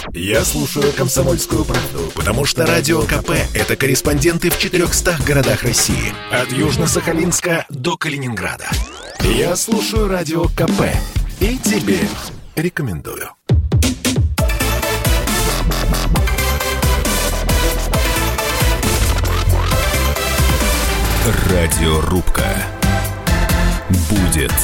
Я слушаю «Комсомольскую правду», потому что Радио КП – это корреспонденты в 400 городах России. От Южно-Сахалинска до Калининграда. Я слушаю Радио КП и тебе рекомендую. Радиорубка. Будет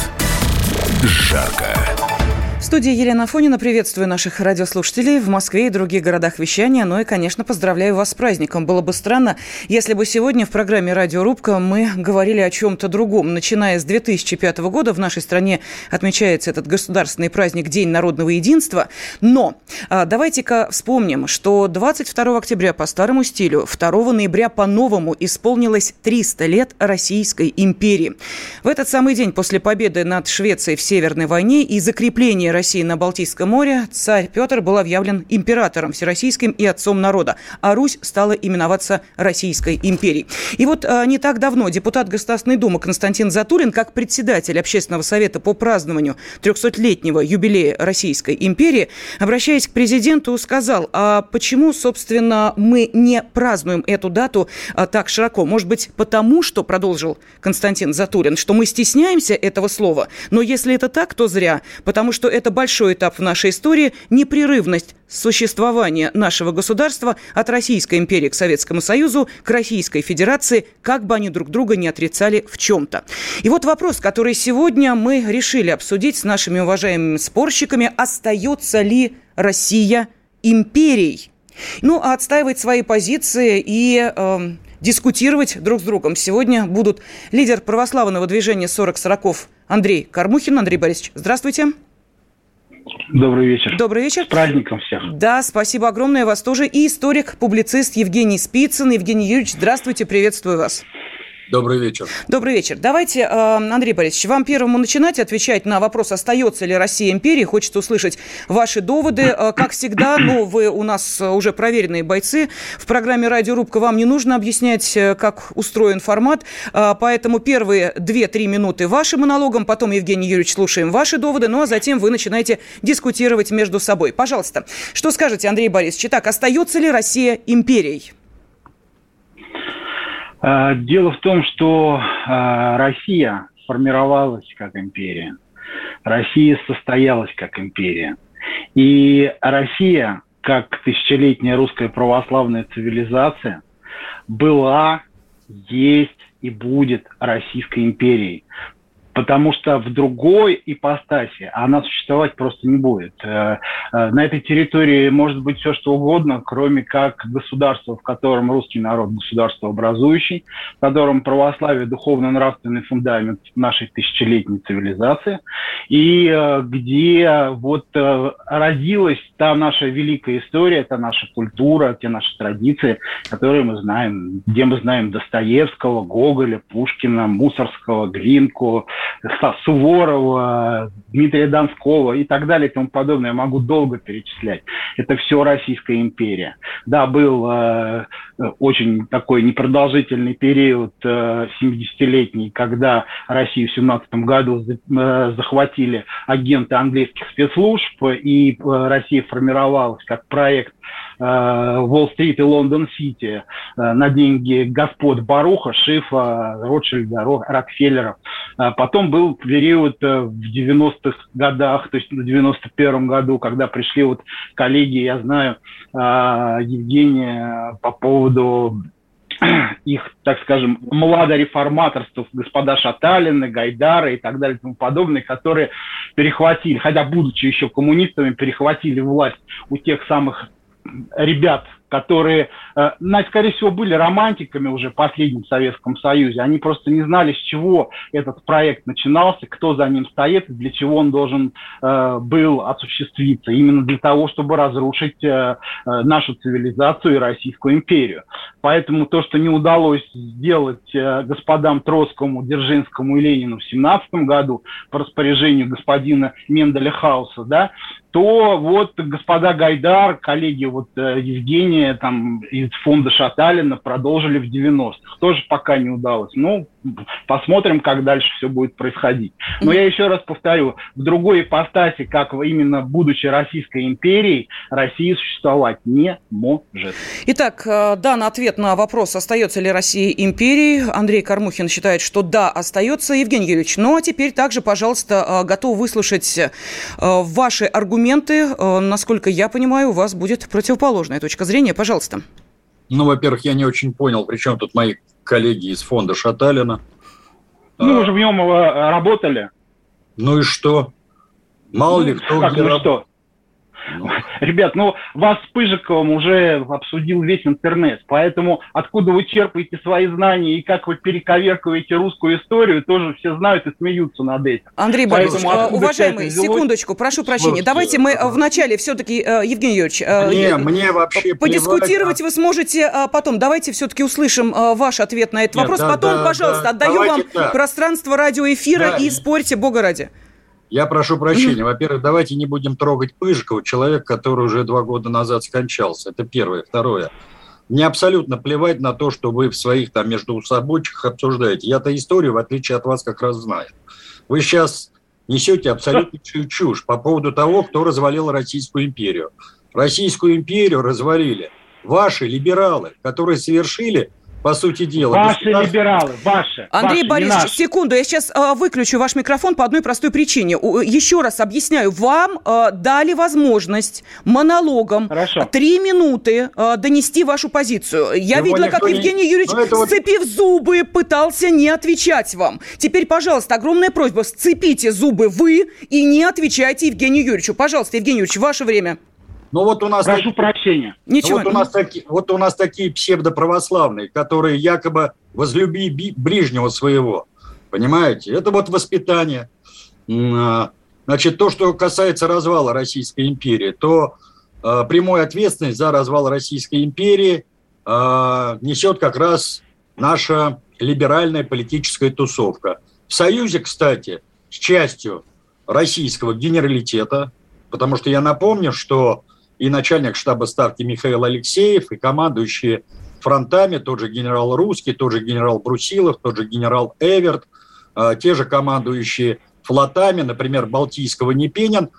жарко. В студии Елена Афонина. Приветствую наших радиослушателей в Москве и других городах вещания. Ну и, конечно, поздравляю вас с праздником. Было бы странно, если бы сегодня в программе «Радиорубка» мы говорили о чем-то другом. Начиная с 2005 года в нашей стране отмечается этот государственный праздник День народного единства. Но давайте-ка вспомним, что 22 октября по старому стилю, 2 ноября по-новому исполнилось 300 лет Российской империи. В этот самый день после победы над Швецией в Северной войне и закрепления России на Балтийском море царь Петр был объявлен императором всероссийским и отцом народа, а Русь стала именоваться Российской империей. И вот не так давно депутат Государственной Думы Константин Затулин, как председатель Общественного совета по празднованию 300-летнего юбилея Российской империи, обращаясь к президенту, сказал: а почему, собственно, мы не празднуем эту дату так широко? Может быть, потому что, продолжил Константин Затулин, что мы стесняемся этого слова? Но если это так, то зря, потому что это большой этап в нашей истории, непрерывность существования нашего государства от Российской империи к Советскому Союзу, к Российской Федерации, как бы они друг друга не отрицали в чем-то. И вот вопрос, который сегодня мы решили обсудить с нашими уважаемыми спорщиками: остается ли Россия империей? Ну, а отстаивать свои позиции и дискутировать друг с другом сегодня будут лидер православного движения 40-40 Андрей Кормухин. Андрей Борисович, здравствуйте. Добрый вечер. Добрый вечер. С праздником всех. Да, спасибо огромное, вас тоже. И историк-публицист Евгений Спицын. Евгений Юрьевич, здравствуйте, приветствую вас. Добрый вечер. Добрый вечер. Давайте, Андрей Борисович, вам первому начинать отвечать на вопрос, остается ли Россия империей. Хочется услышать ваши доводы. Как всегда, вы у нас уже проверенные бойцы. В программе «Радиорубка» вам не нужно объяснять, как устроен формат. Поэтому первые 2-3 минуты вашим монологом, потом, Евгений Юрьевич, слушаем ваши доводы, ну а затем вы начинаете дискутировать между собой. Пожалуйста, что скажете, Андрей Борисович? Итак, остается ли Россия империей? Дело в том, что Россия формировалась как империя. Россия состоялась как империя. И Россия, как тысячелетняя русская православная цивилизация, была, есть и будет Российской империей. Потому что в другой ипостаси она существовать просто не будет. На этой территории может быть все, что угодно, кроме как государства, в котором русский народ государство образующий, в котором православие духовно-нравственный фундамент нашей тысячелетней цивилизации, и где родилась та наша великая история, та наша культура, те наши традиции, которые мы знаем, где мы знаем Достоевского, Гоголя, Пушкина, Мусоргского, Глинку, Суворова, Дмитрия Донского и так далее и тому подобное. Я могу долго перечислять. Это все Российская империя. Да, был очень такой непродолжительный период, 70-летний, когда Россию в 17 году захватили агенты английских спецслужб, и Россия формировалась как проект Уолл-стрит и Лондон-Сити на деньги господ Баруха, Шифа, Ротшильда, Рокфеллеров. Потом был период в 90-х годах, то есть в 91-м году, когда пришли коллеги, я знаю, Евгения, по поводу их, так скажем, младореформаторств, господа Шаталины, Гайдары и так далее и тому подобное, которые перехватили, хотя будучи еще коммунистами, перехватили власть у тех самых ребят, которые, скорее всего, были романтиками уже в последнем Советском Союзе. Они просто не знали, с чего этот проект начинался, кто за ним стоит и для чего он должен был осуществиться. Именно для того, чтобы разрушить нашу цивилизацию и Российскую империю. Поэтому то, что не удалось сделать господам Троцкому, Дзержинскому и Ленину в 17 году по распоряжению господина Менделя Хауса, да, то господа Гайдар, коллеги Евгения там из фонда Шаталина продолжили в 90-х. Тоже пока не удалось. посмотрим, как дальше все будет происходить. Но я еще раз повторю, в другой ипостаси, как именно будучи Российской империей, Россия существовать не может. Итак, да, на ответ на вопрос, остается ли Россия империей, Андрей Кормухин считает, что да, остается. Евгений Юрьевич, ну а теперь также, пожалуйста, готов выслушать ваши аргументы. Насколько я понимаю, у вас будет противоположная точка зрения. Пожалуйста. Ну, во-первых, я не очень понял, при чем тут мои коллеги из фонда Шаталина. Мы уже в нем работали. Ну и что? Мало ли кто как, где что? Ребят, вас с Пыжиковым уже обсудил весь интернет, поэтому откуда вы черпаете свои знания и как вы перековеркиваете русскую историю, тоже все знают и смеются над этим. Андрей Борисович, уважаемый, секундочку, прошу прощения. Давайте мы вначале все-таки, Евгений Юрьевич, мне вообще подискутировать вы сможете потом. Давайте все-таки услышим ваш ответ на этот вопрос. Потом, пожалуйста, отдаю вам пространство радиоэфира и спорьте, бога ради. Я прошу прощения. Во-первых, давайте не будем трогать Пыжикова, человек, который уже 2 года назад скончался. Это первое. Второе. Мне абсолютно плевать на то, что вы в своих там междуусобойчиках обсуждаете. Я-то историю, в отличие от вас, как раз знаю. Вы сейчас несете абсолютнейшую чушь по поводу того, кто развалил Российскую империю. Российскую империю развалили ваши либералы, которые совершили, по сути дела... Ваши либералы, ваши. Андрей Борисович, наши. Секунду, я сейчас выключу ваш микрофон по одной простой причине. Еще раз объясняю, вам дали возможность монологом 3 минуты донести вашу позицию. Я видела, как Евгений Юрьевич, сцепив зубы, пытался не отвечать вам. Теперь, пожалуйста, огромная просьба, сцепите зубы вы и не отвечайте Евгению Юрьевичу. Пожалуйста, Евгений Юрьевич, ваше время. Ну вот у нас прошу прощения. Ничего. Вот у нас такие псевдоправославные, которые якобы возлюби ближнего своего. Понимаете? Это вот воспитание. Значит, то, что касается развала Российской империи, то прямую ответственность за развал Российской империи несет как раз наша либеральная политическая тусовка. В союзе, кстати, с частью российского генералитета, потому что я напомню, что и начальник штаба ставки Михаил Алексеев, и командующие фронтами, тот же генерал Русский, тот же генерал Брусилов, тот же генерал Эверт, те же командующие флотами, например, Балтийского Непенин,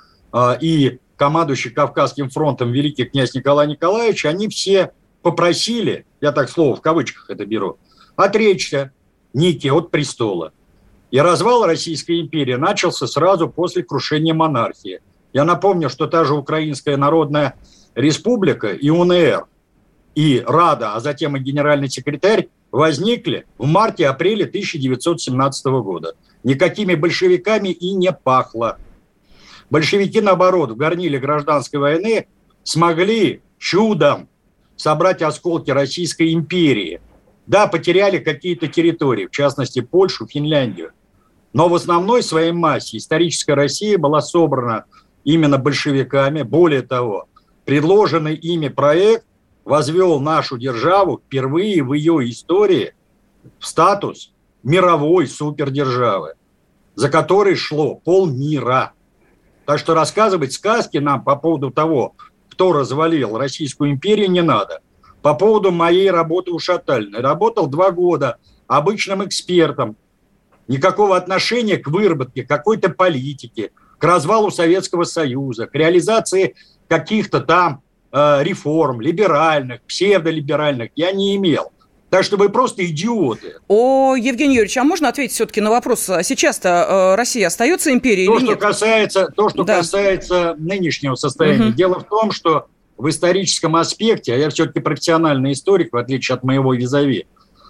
и командующий Кавказским фронтом великий князь Николай Николаевич, они все попросили, я так слово в кавычках это беру, отречься Ники от престола. И развал Российской империи начался сразу после крушения монархии. Я напомню, что та же Украинская Народная Республика и УНР, и Рада, а затем и генеральный секретарь возникли в марте-апреле 1917 года. Никакими большевиками и не пахло. Большевики, наоборот, в горниле гражданской войны смогли чудом собрать осколки Российской империи. Да, потеряли какие-то территории, в частности, Польшу, Финляндию. Но в основной своей массе историческая Россия была собрана именно большевиками. Более того, предложенный ими проект возвел нашу державу впервые в ее истории в статус мировой супердержавы, за которой шло полмира. Так что рассказывать сказки нам по поводу того, кто развалил Российскую империю, не надо. По поводу моей работы у Шаталина. Работал 2 года обычным экспертом. Никакого отношения к выработке какой-то политики, к развалу Советского Союза, к реализации каких-то там реформ, либеральных, псевдолиберальных, я не имел. Так что вы просто идиоты. Евгений Юрьевич, а можно ответить все-таки на вопрос, сейчас-то Россия остается империей или нет? То, что касается нынешнего состояния. Дело в том, что в историческом аспекте, а я все-таки профессиональный историк, в отличие от моего визави,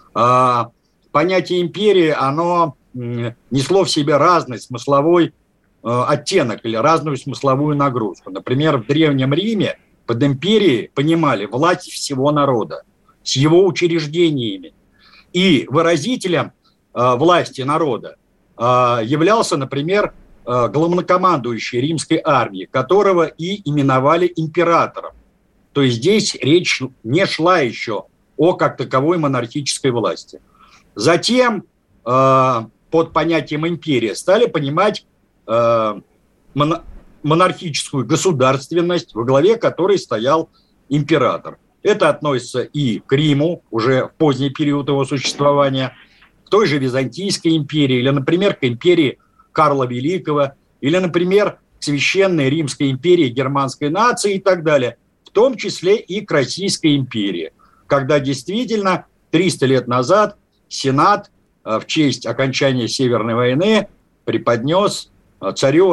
понятие империи, оно несло в себе разный смысловой оттенок или разную смысловую нагрузку. Например, в Древнем Риме под империей понимали власть всего народа с его учреждениями. И выразителем власти народа являлся, например, главнокомандующий римской армии, которого и именовали императором. То есть здесь речь не шла еще о как таковой монархической власти. Затем под понятием империя стали понимать монархическую государственность, во главе которой стоял император. Это относится и к Риму, уже в поздний период его существования, к той же Византийской империи, или, например, к империи Карла Великого, или, например, к Священной Римской империи германской нации и так далее, в том числе и к Российской империи, когда действительно 300 лет назад Сенат в честь окончания Северной войны преподнес царю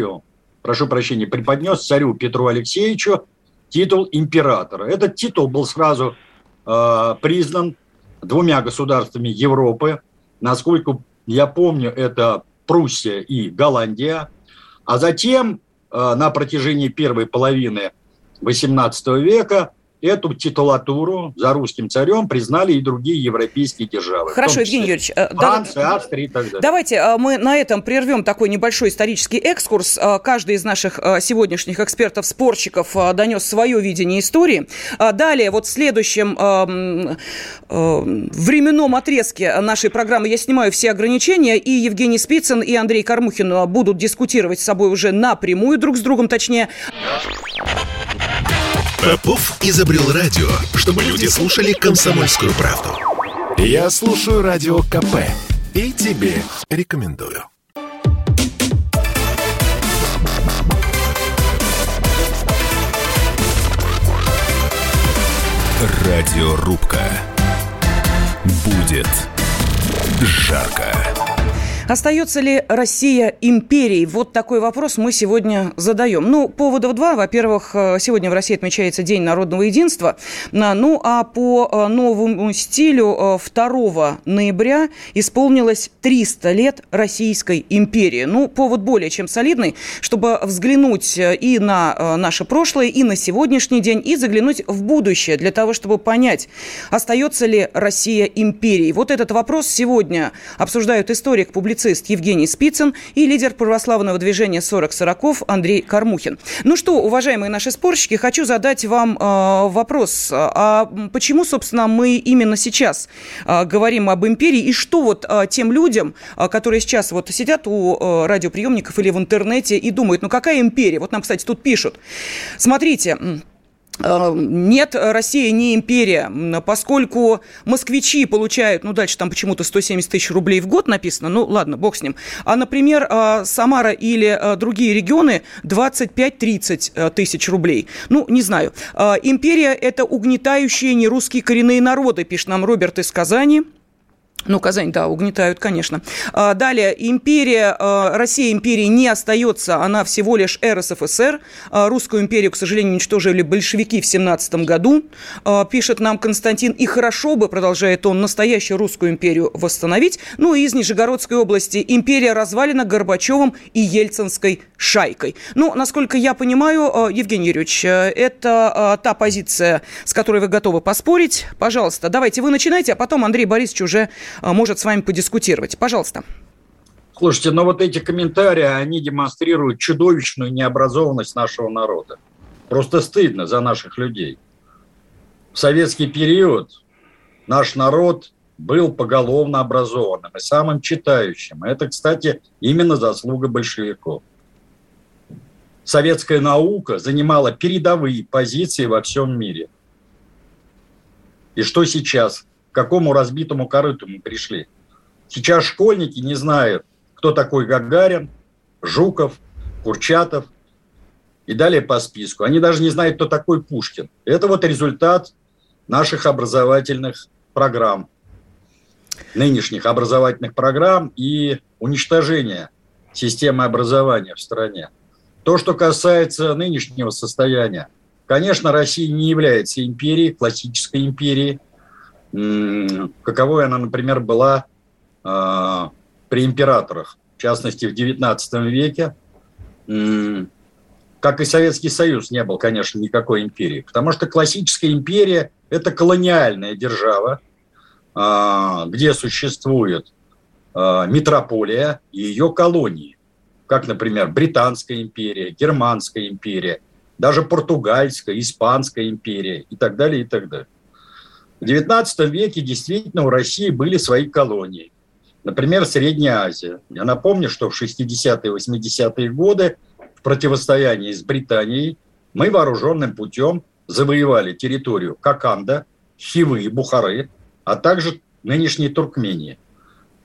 Петру Алексеевичу титул императора. Этот титул был сразу признан двумя государствами Европы. Насколько я помню, это Пруссия и Голландия. А затем на протяжении первой половины XVIII века эту титулатуру за русским царем признали и другие европейские державы. Хорошо, Евгений Юрьевич. Франция, Австрия и так далее. Давайте мы на этом прервем такой небольшой исторический экскурс. Каждый из наших сегодняшних экспертов-спорщиков донес свое видение истории. Далее, вот в следующем временном отрезке нашей программы я снимаю все ограничения, и Евгений Спицын, и Андрей Кормухин будут дискутировать с собой уже напрямую друг с другом, точнее. Попов изобрел радио, чтобы люди слушали «Комсомольскую правду». Я слушаю Радио КП и тебе рекомендую. Радиорубка. Будет жарко. Остается ли Россия империей? Вот такой вопрос мы сегодня задаем. Ну, поводов два. Во-первых, сегодня в России отмечается День народного единства. Ну, а по новому стилю 2 ноября исполнилось 300 лет Российской империи. Ну, повод более чем солидный, чтобы взглянуть и на наше прошлое, и на сегодняшний день, и заглянуть в будущее, для того, чтобы понять, остается ли Россия империей. Вот этот вопрос сегодня обсуждают историк, публицист Евгений Спицын и лидер православного движения 40-40 Андрей Кормухин. Ну что, уважаемые наши спорщики, хочу задать вам вопрос. А почему, собственно, мы именно сейчас говорим об империи? И что вот тем людям, которые сейчас вот сидят у радиоприемников или в интернете и думают, ну какая империя? Вот нам, кстати, тут пишут. Смотрите... Нет, Россия не империя, поскольку москвичи получают, ну, дальше там почему-то 170 тысяч рублей в год написано, ну, ладно, бог с ним. А, например, Самара или другие регионы 25-30 тысяч рублей. Ну, не знаю. Империя – это угнетающие нерусские коренные народы, пишет нам Роберт из Казани. Ну, Казань, да, угнетают, конечно. Далее, империя, Россия империей не остается, она всего лишь РСФСР. Русскую империю, к сожалению, уничтожили большевики в 17 году, пишет нам Константин. И хорошо бы, продолжает он, настоящую русскую империю восстановить. Ну, и из Нижегородской области империя развалена Горбачевым и Ельцинской шайкой. Ну, насколько я понимаю, Евгений Юрьевич, это та позиция, с которой вы готовы поспорить. Пожалуйста, давайте вы начинайте, а потом Андрей Борисович уже может с вами подискутировать. Пожалуйста. Слушайте, но вот эти комментарии, они демонстрируют чудовищную необразованность нашего народа. Просто стыдно за наших людей. В советский период наш народ был поголовно образованным и самым читающим. Это, кстати, именно заслуга большевиков. Советская наука занимала передовые позиции во всем мире. И что сейчас? К какому разбитому корыту мы пришли? Сейчас школьники не знают, кто такой Гагарин, Жуков, Курчатов и далее по списку. Они даже не знают, кто такой Пушкин. Это вот результат наших образовательных программ, нынешних образовательных программ и уничтожения системы образования в стране. То, что касается нынешнего состояния, конечно, Россия не является империей, классической империей, каковой она, например, была при императорах, в частности, в XIX веке, как и Советский Союз не был, конечно, никакой империей, потому что классическая империя – это колониальная держава, где существует метрополия и ее колонии, как, например, Британская империя, Германская империя, даже Португальская, Испанская империя и так далее, и так далее. В XIX веке действительно у России были свои колонии. Например, Средняя Азия. Я напомню, что в 60-е и 80-е годы в противостоянии с Британией мы вооруженным путем завоевали территорию Коканда, Хивы и Бухары, а также нынешней Туркмении.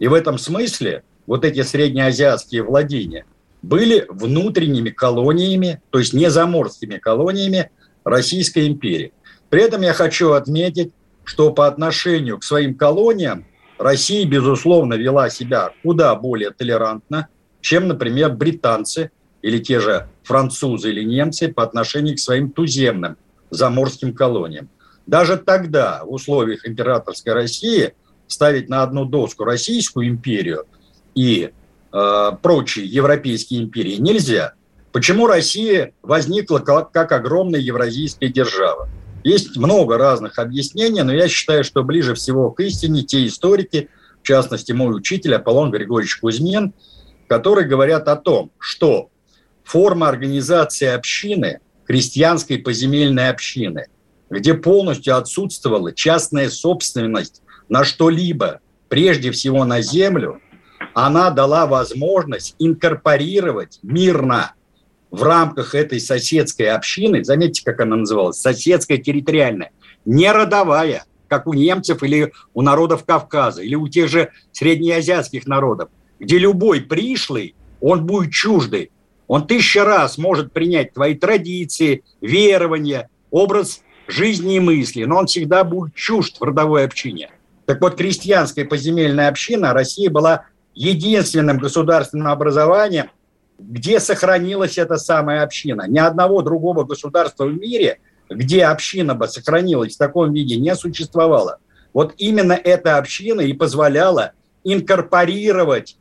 И в этом смысле вот эти среднеазиатские владения были внутренними колониями, то есть не заморскими колониями Российской империи. При этом я хочу отметить, что по отношению к своим колониям Россия, безусловно, вела себя куда более толерантно, чем, например, британцы или те же французы или немцы по отношению к своим туземным заморским колониям. Даже тогда, в условиях императорской России, ставить на одну доску Российскую империю и прочие европейские империи нельзя. Почему Россия возникла как огромная евразийская держава? Есть много разных объяснений, но я считаю, что ближе всего к истине те историки, в частности, мой учитель Аполлон Григорьевич Кузьмин, которые говорят о том, что форма организации общины, крестьянской поземельной общины, где полностью отсутствовала частная собственность на что-либо, прежде всего на землю, она дала возможность инкорпорировать мирно в рамках этой соседской общины, заметьте, как она называлась, соседская территориальная, не родовая, как у немцев или у народов Кавказа, или у тех же среднеазиатских народов, где любой пришлый, он будет чуждый. Он 1000 раз может принять твои традиции, верования, образ жизни и мысли, но он всегда будет чужд в родовой общине. Так вот, крестьянская поземельная община России была единственным государственным образованием, где сохранилась эта самая община. Ни одного другого государства в мире, где община бы сохранилась в таком виде, не существовало. Вот именно эта община и позволяла инкорпорировать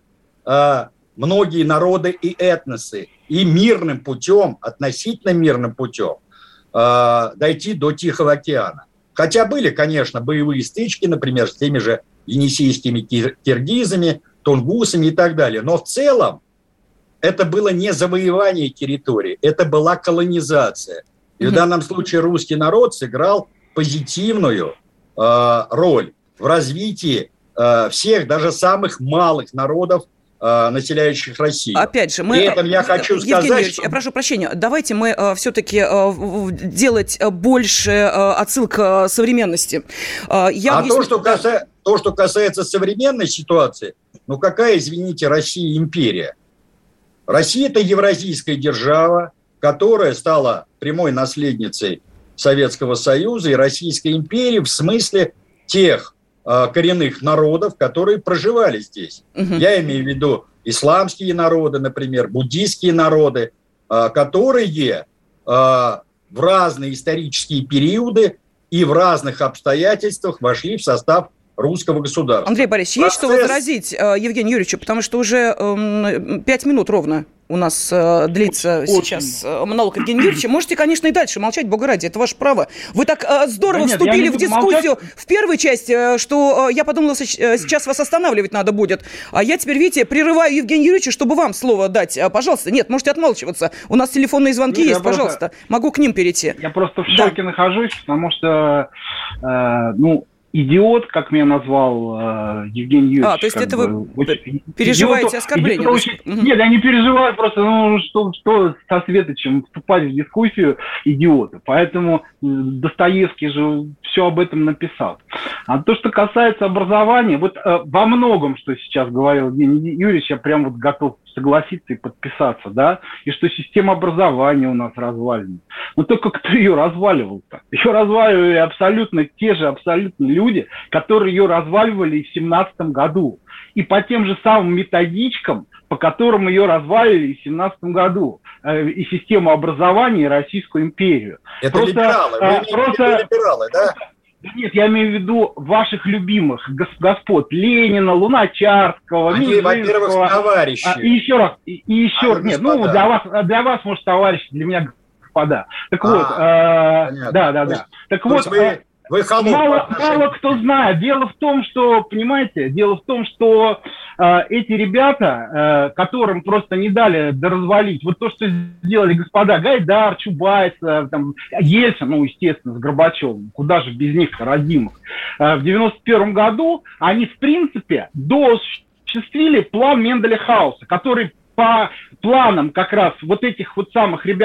многие народы и этносы и мирным путем, относительно мирным путем, дойти до Тихого океана. Хотя были, конечно, боевые стычки, например, с теми же енисейскими киргизами, тунгусами и так далее. Но в целом это было не завоевание территории, это была колонизация. И в данном случае русский народ сыграл позитивную роль в развитии всех, даже самых малых народов, населяющих Россию. Опять же, мы... При этом я хочу Евгений сказать, Юрьевич, я прошу прощения, давайте мы все-таки делать больше отсылок к современности. То, что касается современной ситуации, ну какая, извините, Россия империя? Россия – это евразийская держава, которая стала прямой наследницей Советского Союза и Российской империи в смысле тех коренных народов, которые проживали здесь. Я имею в виду исламские народы, например, буддийские народы, которые в разные исторические периоды и в разных обстоятельствах вошли в состав русского государства. Андрей Борисович, есть что возразить Евгению Юрьевичу, потому что уже 5 минут ровно у нас длится сейчас монолог Евгения Юрьевича. Можете, конечно, и дальше молчать, бога ради, это ваше право. Вы так здорово вступили в дискуссию в первой части, что я подумала, сейчас вас останавливать надо будет. А я теперь, видите, прерываю Евгения Юрьевича, чтобы вам слово дать. Пожалуйста, нет, можете отмалчиваться. У нас телефонные звонки есть, пожалуйста. Могу к ним перейти. Я просто в шоке нахожусь, потому что, идиот, как меня назвал Евгений Юрьевич. То есть это вы переживаете оскорбление? Нет, я не переживаю, просто, что со Светочем вступать в дискуссию идиота. Поэтому Достоевский же все об этом написал. А то, что касается образования, вот во многом, что сейчас говорил Евгений Юрьевич, я прям вот готов согласиться и подписаться, да, и что система образования у нас развалена. Но только кто ее разваливал-то? Ее разваливали абсолютно те же люди, которые ее разваливали и в 2017 году. И по тем же самым методичкам, по которым ее развалили и в 2017 году. И систему образования, и Российскую империю. Это либералы. Вы имеете в виду либералы, да? Нет, я имею в виду ваших любимых господ Ленина, Луначарского, они, во-первых, товарищи. И еще раз. Нет, для вас, может, товарищи, для меня господа. Так вот, да. Так вот, вы мало кто знает. Дело в том, что эти ребята, которым просто не дали доразвалить, вот то, что сделали господа Гайдар, Чубайс, Ельцин, естественно, с Горбачевым, куда же без них родимых, в 1991 году они, в принципе, доосуществили план Менделя-Хауса, который по планам как раз вот этих вот самых ребят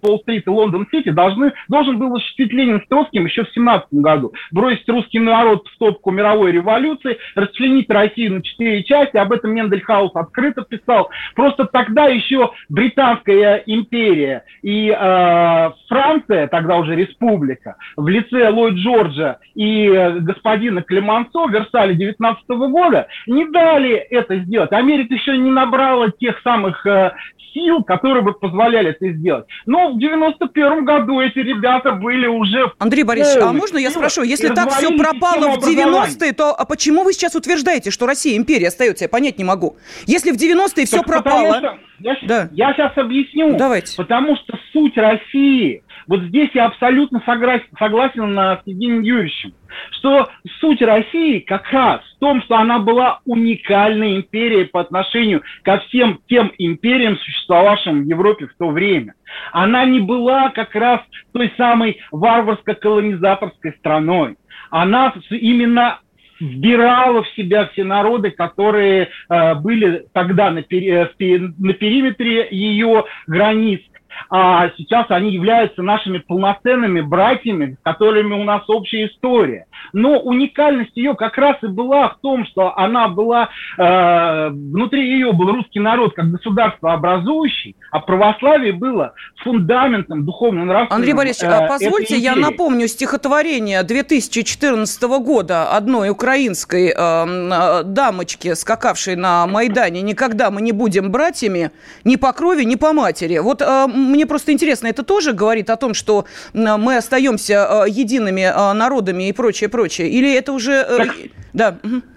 Уолл-стрит и Лондон-Сити должен был осуществить Ленин с Троцким еще в 17 году. Бросить русский народ в топку мировой революции, расчленить Россию на 4 части. Об этом Мендельхаус открыто писал. Просто тогда еще Британская империя и Франция, тогда уже республика, в лице Ллойд Джорджа и господина Клемансо в Версале 19 года не дали это сделать. Америка еще не набрала тех самых сил, которые бы позволяли это сделать. Но в 91 году эти ребята были уже... Андрей Борисович, а можно я спрошу, если так все пропало в 90-е, то почему вы сейчас утверждаете, что Россия империя остается? Я понять не могу. Если в 90-е все пропало... Я сейчас объясню. Давайте. Потому что суть России... Вот здесь я абсолютно согласен с Евгением Юрьевичем, что суть России как раз в том, что она была уникальной империей по отношению ко всем тем империям, существовавшим в Европе в то время. Она не была как раз той самой варварско-колонизаторской страной. Она именно вбирала в себя все народы, которые были тогда на периметре ее границ. А сейчас они являются нашими полноценными братьями, с которыми у нас общая история. Но уникальность ее как раз и была в том, что она была, внутри ее был русский народ как государство образующий, а православие было фундаментом духовно-нравственным. Андрей Борисович, позвольте, я напомню стихотворение 2014 года одной украинской дамочки, скакавшей на Майдане: «Никогда мы не будем братьями ни по крови, ни по матери». Вот мне просто интересно, это тоже говорит о том, что мы остаемся едиными народами и прочее, прочее? Или это уже... Да.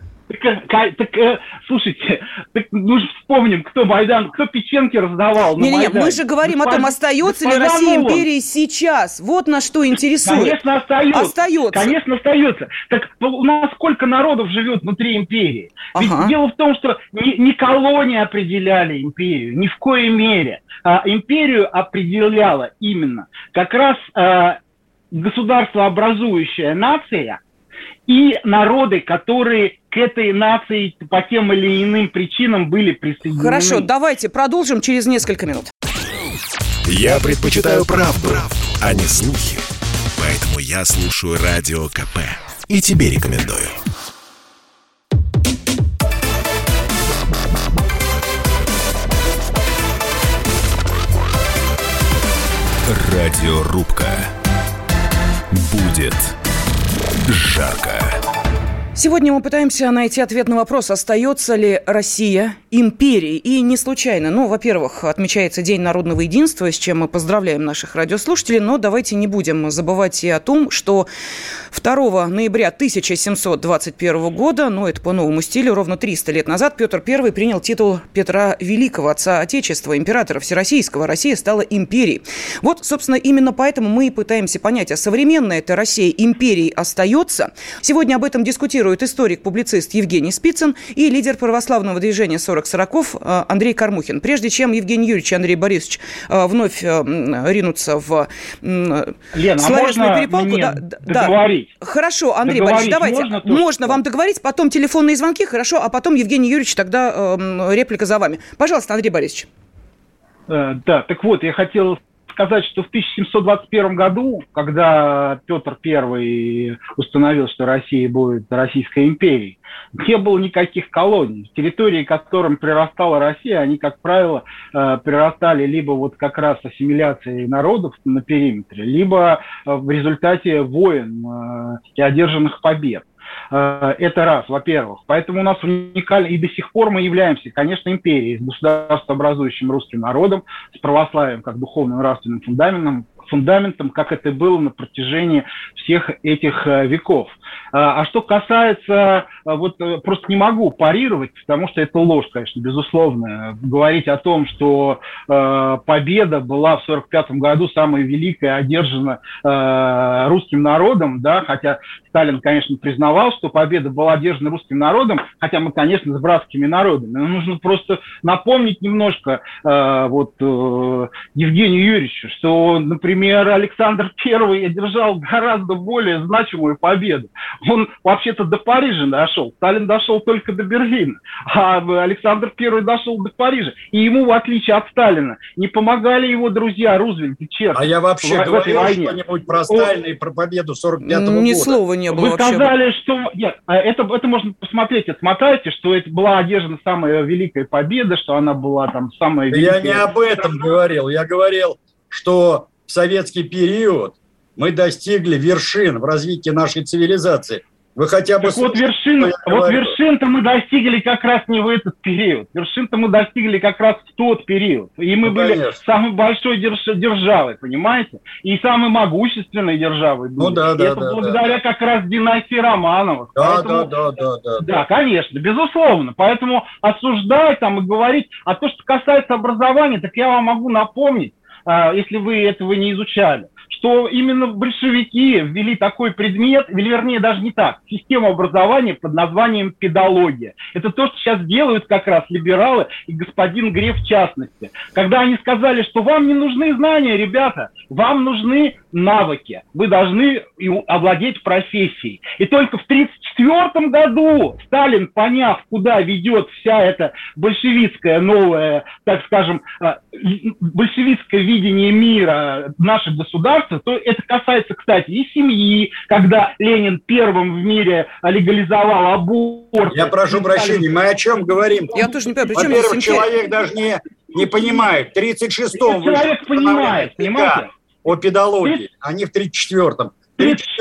Слушайте, мы же вспомним, кто Майдан, кто печеньки раздавал на Майдане. Мы же говорим о том, остается ли Россия империей сейчас. Вот на что интересует. Конечно, остается. Конечно, остается. Так у нас сколько народов живет внутри империи? Ведь дело в том, что не колонии определяли империю, ни в коей мере. Империю определяла именно как раз государствообразующая нация и народы, которые к этой нации по тем или иным причинам были присоединены. Хорошо, давайте продолжим через несколько минут. Я предпочитаю правду, а не слухи. Поэтому я слушаю Радио КП. И тебе рекомендую. Радиорубка. Будет жарко. Сегодня мы пытаемся найти ответ на вопрос, остается ли Россия империей. И не случайно. Во-первых, отмечается День народного единства, с чем мы поздравляем наших радиослушателей. Но давайте не будем забывать и о том, что 2 ноября 1721 года, это по новому стилю, ровно 300 лет назад, Петр I принял титул Петра Великого, отца Отечества, императора Всероссийского. Россия стала империей. Вот, собственно, именно поэтому мы и пытаемся понять, а современная эта Россия империей остается? Сегодня об этом дискутирует историк-публицист Евгений Спицын и лидер православного движения 40-40 Андрей Кормухин. Прежде чем Евгений Юрьевич и Андрей Борисович вновь ринутся в словесную перепалку... договорить? Хорошо, Андрей Борисович, давайте. Можно вам договорить, потом телефонные звонки, хорошо, а потом Евгений Юрьевич, тогда реплика за вами. Пожалуйста, Андрей Борисович. Да, так вот, я хотел сказать, что в 1721 году, когда Петр I установил, что Россия будет Российской империей, не было никаких колоний. Территории, к которым прирастала Россия, они, как правило, прирастали либо как раз ассимиляцией народов на периметре, либо в результате войн и одержанных побед. Это раз, во-первых. Поэтому у нас уникально, и до сих пор мы являемся, конечно, империей, с государствообразующим русским народом, с православием как духовным нравственным фундаментом, как это было на протяжении всех этих веков. А что касается, просто не могу парировать, потому что это ложь, конечно, безусловно. Говорить о том, что победа была в 1945 году самой великой, одержана русским народом, да, хотя Сталин, конечно, признавал, что победа была одержана русским народом, хотя мы, конечно, с братскими народами. Но нужно просто напомнить немножко Евгению Юрьевичу, что, например, Александр I одержал гораздо более значимую победу. Он вообще-то до Парижа дошел. Сталин дошел только до Берлина. А Александр I дошел до Парижа. И ему, в отличие от Сталина, не помогали его друзья Рузвельт и Черчилль. А я вообще говорил что-нибудь про Сталина и про победу 45-го года. Ни слова не было. Вы сказали, что... Нет, это можно посмотреть, отмотайте, что это была одержана самая великая победа, что она была там самая великая... Я не об этом говорил. Я говорил, что в советский период мы достигли вершин в развитии нашей цивилизации. Вы хотя бы... Так вот вершин-то мы достигли как раз не в этот период. Вершин-то мы достигли как раз в тот период. И мы были самой большой державой, понимаете? И самой могущественной державой. Благодаря как раз династии Романовых. Да, конечно, безусловно. Поэтому осуждать там и говорить... А то, что касается образования, так я вам могу напомнить, если вы этого не изучали, что именно большевики ввели такой предмет, или вернее даже не так, систему образования под названием педагогия. Это то, что сейчас делают как раз либералы и господин Греф в частности. Когда они сказали, что вам не нужны знания, ребята, вам нужны навыки, вы должны овладеть профессией. И только в 1934 году Сталин, поняв, куда ведет вся эта большевистская новая, так скажем, большевистское видение мира, наше государство, то это касается, кстати, и семьи, когда Ленин первым в мире легализовал аборт. Я прошу прощения, мы о чем говорим? Я тоже не понимаю, причем во-первых, человек даже не понимает. В 36-м человек понимает, понимаете? О педагогии, а не в 34-м. В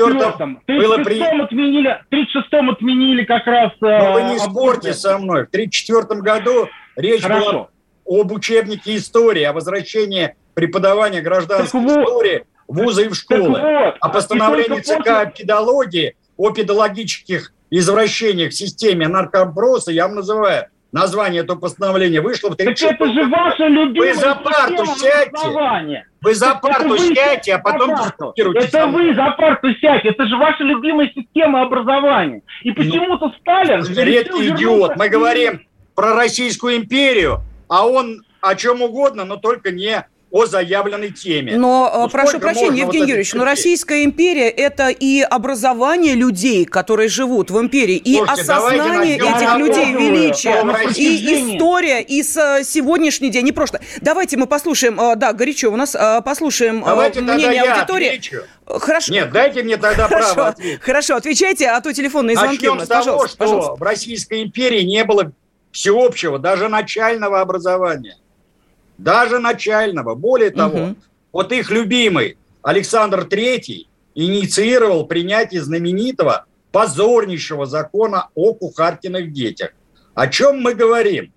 36-м отменили как раз... Но вы не спорьте со мной. В 1934 году речь была об учебнике истории, о возвращении преподавания гражданской истории в вузы и в школы. А постановление ЦК о педагогии, о педагогических извращениях в системе наркоброса, я вам называю, название этого постановления вышло в 1934 году. Это же ваша любимая Вы за парту сядьте. Вы за парту сядьте, а потом дискутируйте. Это вы за парту сядьте. Это же ваша любимая система образования. И почему-то Сталин... Редкий идиот. Мы говорим про Российскую империю, а он о чем угодно, но только не о заявленной теме. Но, прошу прощения, Евгений Юрьевич, но Российская империя – это и образование людей, которые живут в империи, и осознание этих людей величия, и история, и сегодняшний день, и прошлое. Давайте мы послушаем, да, горячо, у нас послушаем мнение аудитории. Хорошо. Нет, дайте мне тогда право ответить. Хорошо, отвечайте, а то телефонные звонки у нас, пожалуйста. Начнем с того, что в Российской империи не было всеобщего, даже начального образования. Даже начального. Более того, вот их любимый Александр III инициировал принятие знаменитого позорнейшего закона о кухаркиных детях. О чем мы говорим?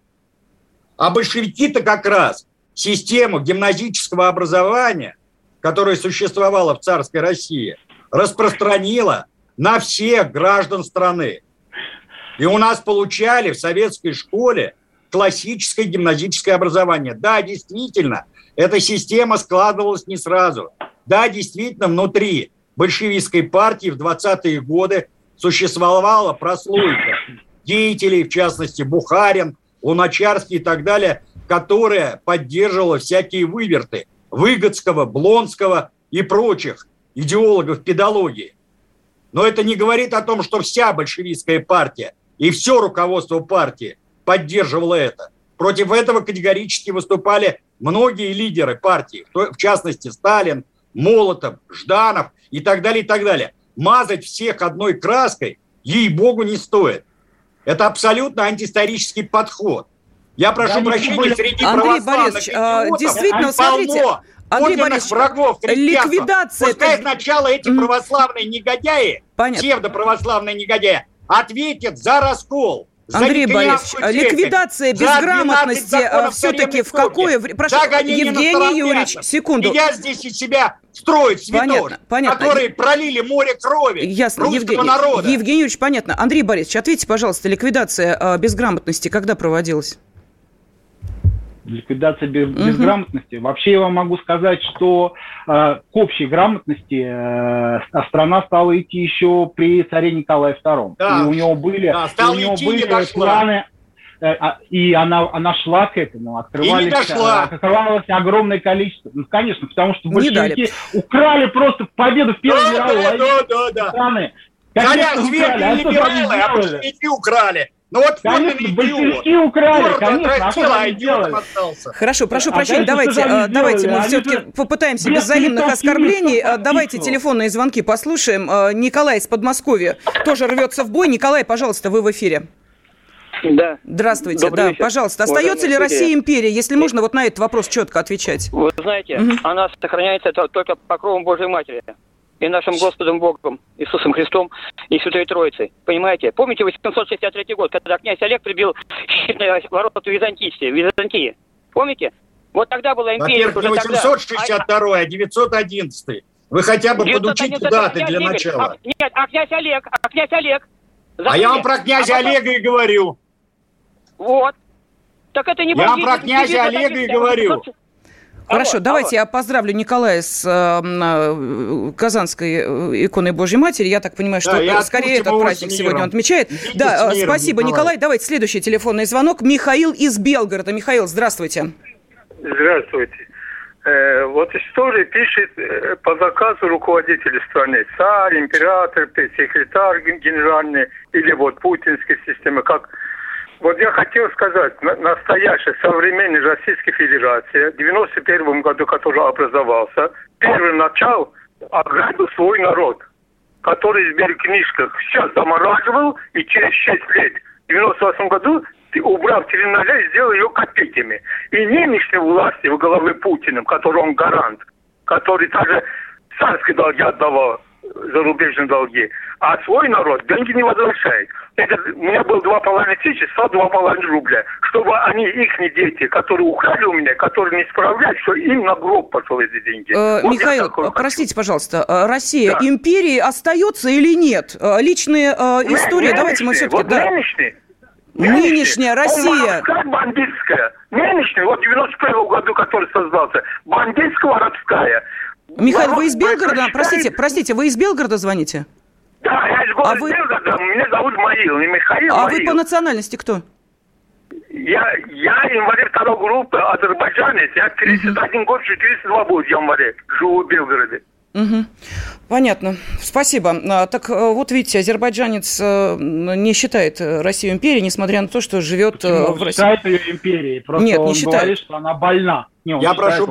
А большевики-то как раз систему гимназического образования, которая существовала в царской России, распространила на всех граждан страны. И у нас получали в советской школе классическое гимназическое образование. Да, действительно, эта система складывалась не сразу. Да, действительно, внутри большевистской партии в 20-е годы существовала прослойка деятелей, в частности, Бухарин, Луначарский и так далее, которая поддерживала всякие выверты Выгодского, Блонского и прочих идеологов педагогии. Но это не говорит о том, что вся большевистская партия и все руководство партии поддерживало это. Против этого категорически выступали многие лидеры партии, в частности Сталин, Молотов, Жданов и так далее, и так далее. Мазать всех одной краской, ей-богу, не стоит. Это абсолютно антиисторический подход. Я прошу прощения, среди православных идиотов действительно, смотрите, Андрей Борисович, врагов ликвидация... Пускай сначала эти православные негодяи, псевдоправославные негодяи, ответят за раскол. Андрей Борисович, ликвидация безграмотности все-таки в какое время... Прошу, Евгений Юрьевич, секунду. И я здесь из себя строить святош, которые пролили море крови русского народа. Евгений Юрьевич, понятно. Андрей Борисович, ответьте, пожалуйста, ликвидация безграмотности когда проводилась? Ликвидация безграмотности. Вообще я вам могу сказать, что к общей грамотности страна стала идти еще при царе Николае II. Да. И у него были планы, и она шла к этому. Открывалось огромное количество. Ну, конечно, потому что большевики украли просто победу в Первой мировой войне страны. Царя свергли либералы, а большевики украли. Ну вот конечно, большевики украли, конечно, а что они делали? Хорошо, прошу прощения, давайте мы все-таки попытаемся без взаимных оскорблений. Давайте телефонные звонки послушаем. Николай из Подмосковья тоже рвется в бой. Николай, пожалуйста, вы в эфире. Да. Здравствуйте. Добрый вечер. Пожалуйста. Остается ли Россия империей? Если можно, вот на этот вопрос четко отвечать. Вы знаете, она сохраняется только покровом Божьей Матери и нашим Господом Богом, Иисусом Христом и Святой Троицей. Понимаете? Помните 863 год, когда князь Олег прибил щитные ворота Византии? Помните? Вот тогда была империя. Во-первых, не 862, а 911. Вы хотя бы подучите даты для начала. Нет, а князь Олег. А я вам про князя Олега и говорю. Вот. Так это не... Я вам про князя Олега и говорю. Хорошо, давайте я поздравлю Николая с Казанской иконой Божьей Матери. Я так понимаю, что скорее этот праздник сегодня он отмечает. Да, спасибо, Николай. Давайте следующий телефонный звонок. Михаил из Белгорода. Михаил, здравствуйте. Здравствуйте. Вот история пишет по заказу руководителей страны. Царь, император, секретарь генеральный или вот путинская система. Как... Вот я хотел сказать, настоящая современная Российская Федерация в 91 году, который образовался, первый начал ограбил свой народ, который в книжках сейчас замораживал и через 6 лет, в 98 году, убрав 3 нуля и сделал ее копейками. И нынешней власти во главе Путиным, который он гарант, который даже царские долги отдавал, зарубежные долги, а свой народ деньги не возвращает. У меня было 2500, стало 2,5 рубля. Чтобы они, их дети, которые украли у меня, которые не справлялись, что им на гроб пошел эти деньги. Михаил, простите, пожалуйста, Россия империей остается или нет? Личные истории, давайте мы все-таки... Нынешняя Россия. Бандитская. Нынешняя, вот в 91 году, который создался. Бандитско-воровская. Михаил, вы из Белгорода? Простите, вы из Белгорода звоните? Да, я из города Белгорода. Меня зовут Маил, не Михаил. А вы по национальности кто? Я январь 2 группы, азербайджанец. Я 31 год, 32 будет в январе. Живу в Белгороде. Угу. Понятно. Спасибо. Так вот видите, азербайджанец не считает Россию империей, несмотря на то, что живет в России. Считает ее империей. Просто нет, он не считает. Говорит, что она больна. Я прошу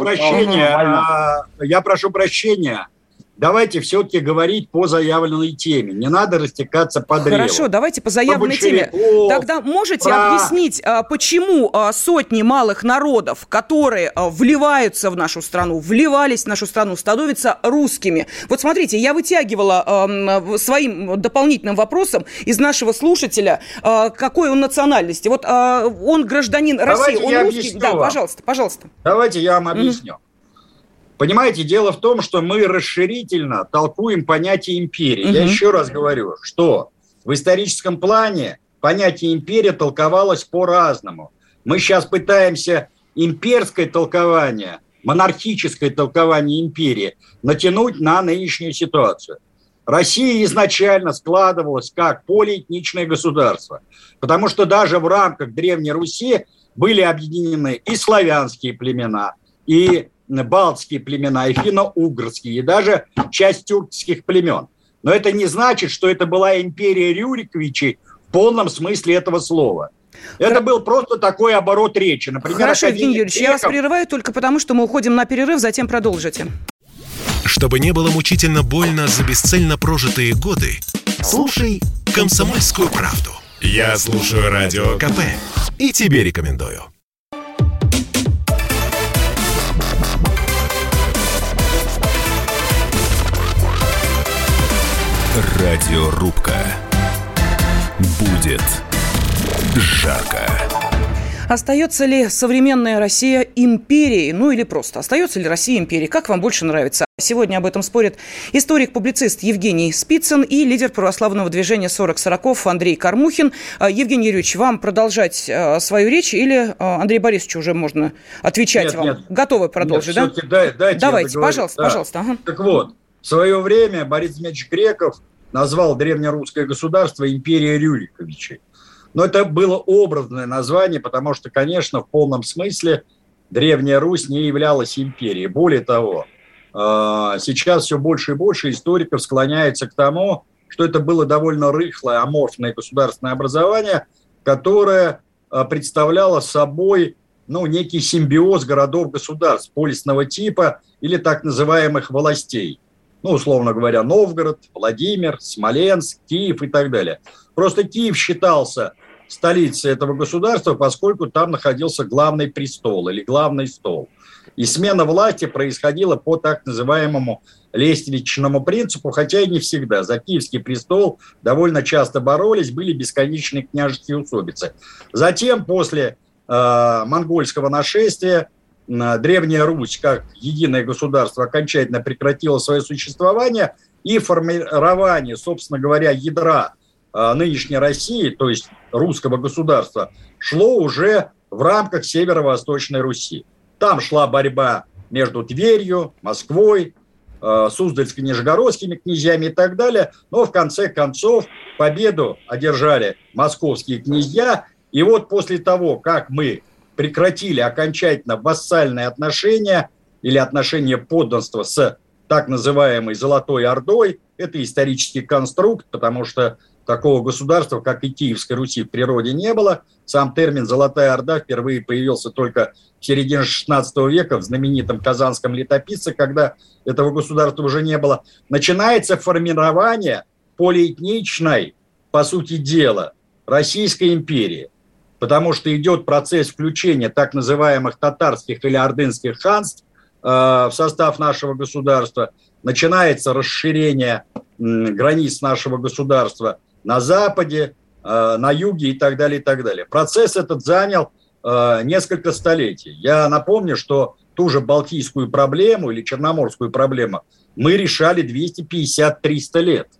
прощения. Давайте все-таки говорить по заявленной теме. Не надо растекаться по древу. Хорошо, давайте по заявленной теме. Тогда можете объяснить, почему сотни малых народов, которые вливаются в нашу страну, вливались в нашу страну, становятся русскими? Вот смотрите, я вытягивала своим дополнительным вопросом из нашего слушателя, какой он национальности. Вот он гражданин России, он русский? Да, пожалуйста. Давайте я вам объясню. Понимаете, дело в том, что мы расширительно толкуем понятие империи. Я еще раз говорю, что в историческом плане понятие империя толковалось по-разному. Мы сейчас пытаемся имперское толкование, монархическое толкование империи натянуть на нынешнюю ситуацию. Россия изначально складывалась как полиэтничное государство, потому что даже в рамках Древней Руси были объединены и славянские племена, и балтские племена, и финно-угорские, и даже часть тюркских племен. Но это не значит, что это была империя Рюриковичей в полном смысле этого слова. Это был просто такой оборот речи. Например, хорошо, Евгений Юрьевич, я вас прерываю только потому, что мы уходим на перерыв, затем продолжите. Чтобы не было мучительно больно за бесцельно прожитые годы, слушай «Комсомольскую правду». Я слушаю Радио КП и тебе рекомендую. Радиорубка. Будет жарко. Остается ли современная Россия империей? Ну или просто, остается ли Россия империей? Как вам больше нравится? Сегодня об этом спорят историк-публицист Евгений Спицын и лидер православного движения «40-40» Андрей Кормухин. Евгений Юрьевич, вам продолжать свою речь или Андрею Борисовичу уже можно отвечать вам? Нет. Готовы продолжить, да? Давайте, пожалуйста. Ага. Так вот, в свое время Борис Дмитриевич Греков назвал древнерусское государство империей Рюриковичей. Но это было образное название, потому что, конечно, в полном смысле Древняя Русь не являлась империей. Более того, сейчас все больше и больше историков склоняется к тому, что это было довольно рыхлое, аморфное государственное образование, которое представляло собой некий симбиоз городов-государств полисного типа или так называемых властей. Условно говоря, Новгород, Владимир, Смоленск, Киев и так далее. Просто Киев считался столицей этого государства, поскольку там находился главный престол или главный стол. И смена власти происходила по так называемому лестничному принципу, хотя и не всегда. За Киевский престол довольно часто боролись, были бесконечные княжеские усобицы. Затем, после монгольского нашествия, Древняя Русь, как единое государство, окончательно прекратила свое существование, и формирование, собственно говоря, ядра нынешней России, то есть русского государства, шло уже в рамках Северо-Восточной Руси. Там шла борьба между Тверью, Москвой, Суздальско-Нижегородскими князьями и так далее, но в конце концов победу одержали московские князья. И вот после того, как мы прекратили окончательно вассальные отношения или отношения подданства с так называемой Золотой Ордой, это исторический конструкт, потому что такого государства, как и Киевской Руси, в природе не было. Сам термин «Золотая Орда» впервые появился только в середине XVI века в знаменитом Казанском летописце, когда этого государства уже не было. Начинается формирование полиэтничной, по сути дела, Российской империи, потому что идет процесс включения так называемых татарских или ордынских ханств в состав нашего государства, начинается расширение границ нашего государства на западе, на юге и так далее, и так далее. Процесс этот занял несколько столетий. Я напомню, что ту же балтийскую проблему или черноморскую проблему мы решали 250-300 лет.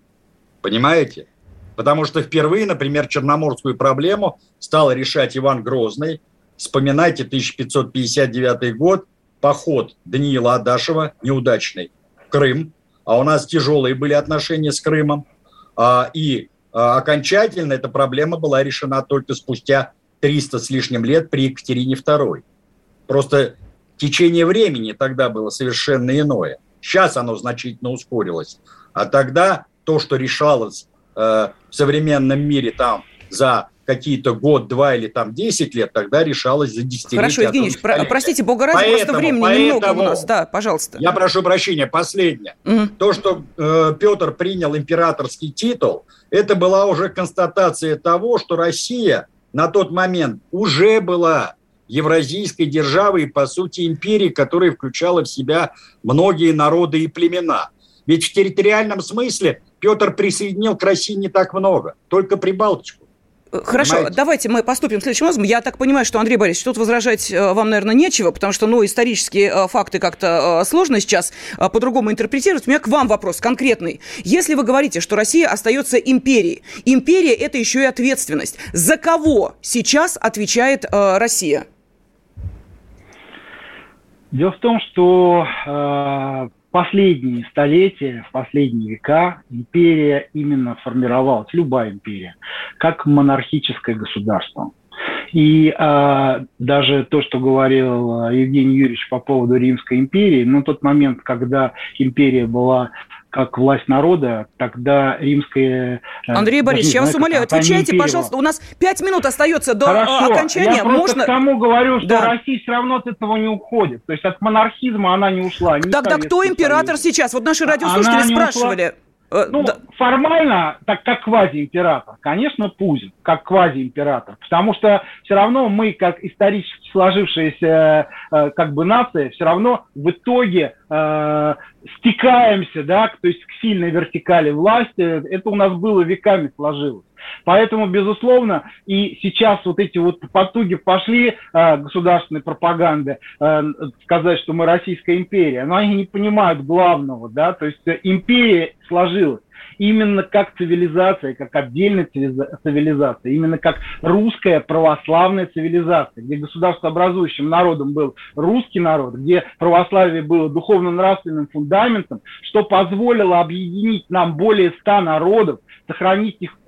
Понимаете? Потому что впервые, например, черноморскую проблему стал решать Иван Грозный. Вспоминайте 1559 год, поход Даниила Адашева, неудачный, в Крым. А у нас тяжелые были отношения с Крымом. И окончательно эта проблема была решена только спустя 300 с лишним лет при Екатерине II. Просто течение времени тогда было совершенно иное. Сейчас оно значительно ускорилось. А тогда то, что решалось в современном мире там за какие-то год, 2 или там 10 лет, тогда решалось за десятилетия. Хорошо, Евгений Ильич, простите, бога ради, просто времени немного у нас. Да, пожалуйста. Я прошу прощения, последнее. То, что Петр принял императорский титул, это была уже констатация того, что Россия на тот момент уже была евразийской державой и, по сути, империей, которая включала в себя многие народы и племена. Ведь в территориальном смысле Петр присоединил к России не так много, только Прибалтику. Хорошо, понимаете? Давайте мы поступим следующим образом. Я так понимаю, что, Андрей Борисович, тут возражать вам, наверное, нечего, потому что, исторические факты как-то сложно сейчас по-другому интерпретировать. У меня к вам вопрос конкретный. Если вы говорите, что Россия остается империей, империя – это еще и ответственность. За кого сейчас отвечает Россия? Дело в том, что последние столетия, последние века империя именно формировалась, любая империя, как монархическое государство. И даже то, что говорил Евгений Юрьевич по поводу Римской империи, тот момент, когда империя была как власть народа, тогда римская... Андрей Борисович, я вас умоляю, отвечайте, пожалуйста. У нас 5 минут остается до окончания. Я просто к тому говорю, что Россия все равно от этого не уходит. То есть от монархизма она не ушла. Тогда кто император сейчас? Вот наши радиослушатели спрашивали. Формально, так как квазиимператор, конечно, Путин, как квазиимператор, потому что все равно мы, как исторически сложившаяся нация, все равно в итоге стекаемся, то есть к сильной вертикали власти, это у нас было веками сложилось. Поэтому, безусловно, и сейчас вот эти вот потуги пошли государственной пропаганды сказать, что мы Российская империя, но они не понимают главного, то есть империя сложилась именно как цивилизация, как отдельная цивилизация, именно как русская православная цивилизация, где государствообразующим народом был русский народ, где православие было духовно-нравственным фундаментом, что позволило объединить нам более 100 народов, сохранить их культуру,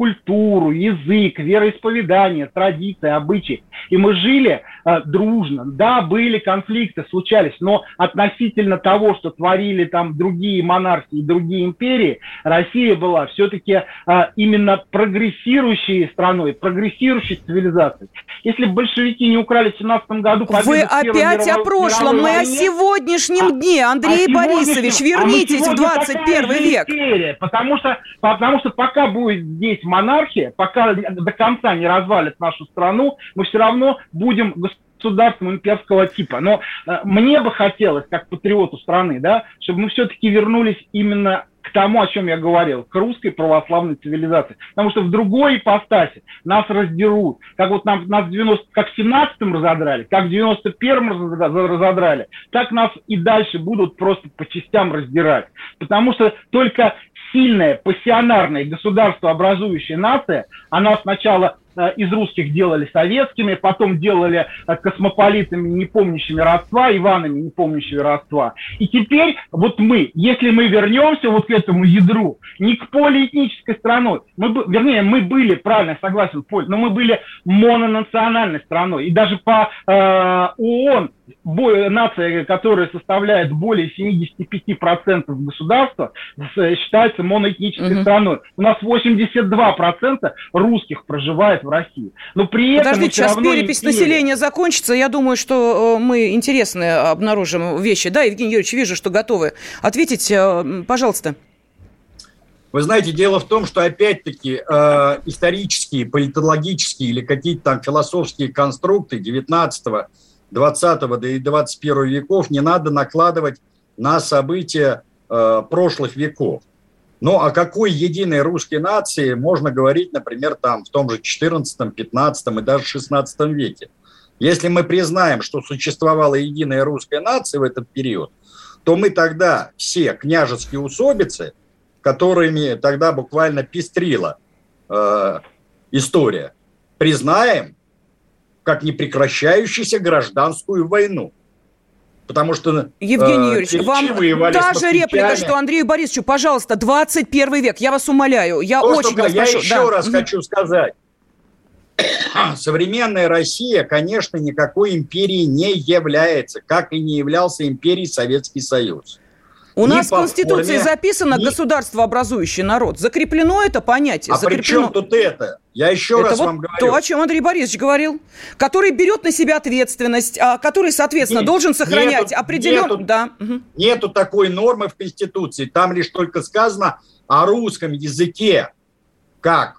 культуру, язык, вероисповедание, традиции, обычаи. И мы жили дружно. Да, были конфликты, случались, но относительно того, что творили там другие монархии, другие империи, Россия была все-таки именно прогрессирующей страной, прогрессирующей цивилизацией. Если бы большевики не украли в 17 году победу Вы в Первой опять о прошлом, мы о сегодняшнем дне. Андрей Борисович, вернитесь в 21 век. Империя, потому что пока будет здесь монархия, пока до конца не развалит нашу страну, мы все равно будем государством имперского типа. Но мне бы хотелось, как патриоту страны, да, чтобы мы все-таки вернулись именно к тому, о чем я говорил, к русской православной цивилизации. Потому что в другой ипостаси нас раздерут. Как вот нас как в 17-м разодрали, как в 91-м разодрали, так нас и дальше будут просто по частям раздирать. Потому что только сильная, пассионарная, государствообразующая нация, она сначала из русских делали советскими, потом делали космополитами, не помнящими родства, Иванами, не помнящими родства. И теперь вот мы, если мы вернемся вот к этому ядру, не к полиэтнической страной, мы были, правильно, согласен, но мы были мононациональной страной. И даже по ООН нация, которая составляет более 75% государства, считается моноэтнической страной. У нас 82% русских проживает в России. Но при этом подождите, сейчас перепись населения закончится. Я думаю, что мы интересные обнаружим вещи. Да, Евгений Юрьевич, вижу, что готовы ответить. Пожалуйста. Вы знаете, дело в том, что опять-таки исторические, политологические или какие-то там философские конструкты 19-го, 20-го, да и 21 веков не надо накладывать на события прошлых веков. Ну, о какой единой русской нации можно говорить, например, там, в том же 14, 15 и даже 16 веке? Если мы признаем, что существовала единая русская нация в этот период, то мы тогда все княжеские усобицы, которыми тогда буквально пестрила история, признаем как непрекращающуюся гражданскую войну. Потому что Евгений Юрьевич, вам та же реплика, что Андрею Борисовичу, пожалуйста, 21 век, я вас умоляю, я очень вас прошу. Я еще раз хочу сказать. Современная Россия, конечно, никакой империей не является, как и не являлся империей Советский Союз. У нас в Конституции записано государствообразующий народ. Закреплено это понятие. А при чем тут это? Я еще раз вам говорю. То, о чем Андрей Борисович говорил. Который берет на себя ответственность, который, соответственно, должен сохранять определенную... Нету такой нормы в Конституции. Там лишь только сказано о русском языке как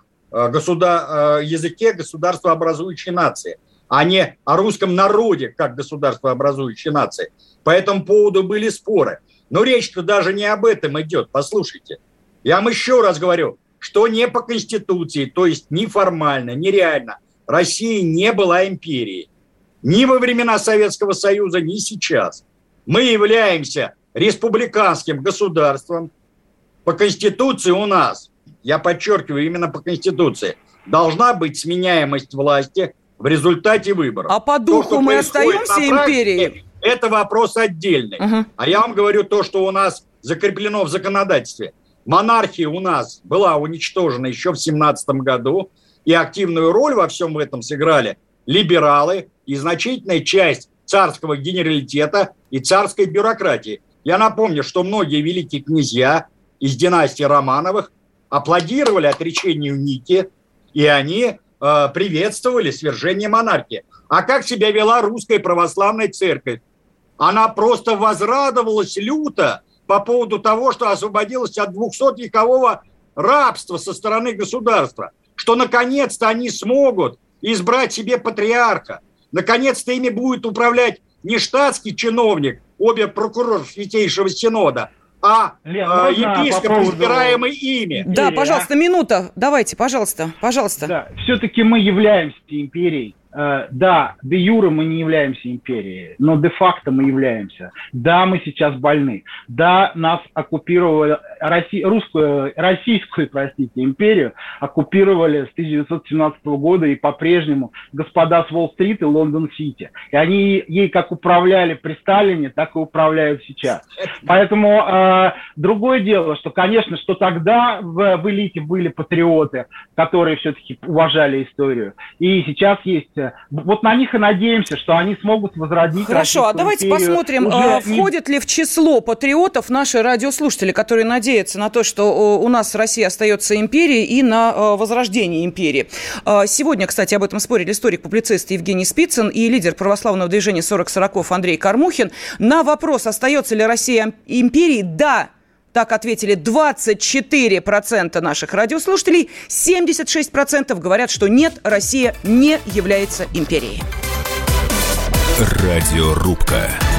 языке государствообразующей нации, а не о русском народе как государствообразующей нации. По этому поводу были споры. Но речь-то даже не об этом идет. Послушайте, я вам еще раз говорю, что не по Конституции, то есть ни формально, ни реально, Россия не была империей. Ни во времена Советского Союза, ни сейчас. Мы являемся республиканским государством. По Конституции у нас, я подчеркиваю, именно по Конституции, должна быть сменяемость власти в результате выборов. А по духу мы остаемся империей? Это вопрос отдельный. А я вам говорю то, что у нас закреплено в законодательстве. Монархия у нас была уничтожена еще в 17 году, и активную роль во всем этом сыграли либералы и значительная часть царского генералитета и царской бюрократии. Я напомню, что многие великие князья из династии Романовых аплодировали отречению Ники, и они приветствовали свержение монархии. А как себя вела русская православная церковь? Она просто возрадовалась люто по поводу того, что освободилась от 200-векового рабства со стороны государства, что наконец-то они смогут избрать себе патриарха, наконец-то ими будет управлять не штатский чиновник, прокурор Святейшего Синода, а епископ, избираемый ими. Да, пожалуйста, минута. Давайте, пожалуйста. Да, все-таки мы являемся империей. Да, де юре мы не являемся империей, но де факто мы являемся. Да, мы сейчас больны. Да, нас оккупировала Российскую, империю оккупировали с 1917 года и по-прежнему господа с Уолл-стрит и Лондон-Сити. И они ей как управляли при Сталине, так и управляют сейчас. Поэтому другое дело, что, конечно, что тогда в элите были патриоты, которые все-таки уважали историю. И сейчас есть... Вот на них и надеемся, что они смогут возродить... Хорошо, а давайте посмотрим, входят ли в число патриотов наши радиослушатели, которые надеются на то, что у нас Россия остается империей и на возрождение империи. Сегодня, кстати, об этом спорили историк-публицист Евгений Спицын и лидер православного движения 40-40 Андрей Кормухин. На вопрос, остается ли Россия империей, да, так ответили 24% наших радиослушателей, 76% говорят, что нет, Россия не является империей. Радиорубка.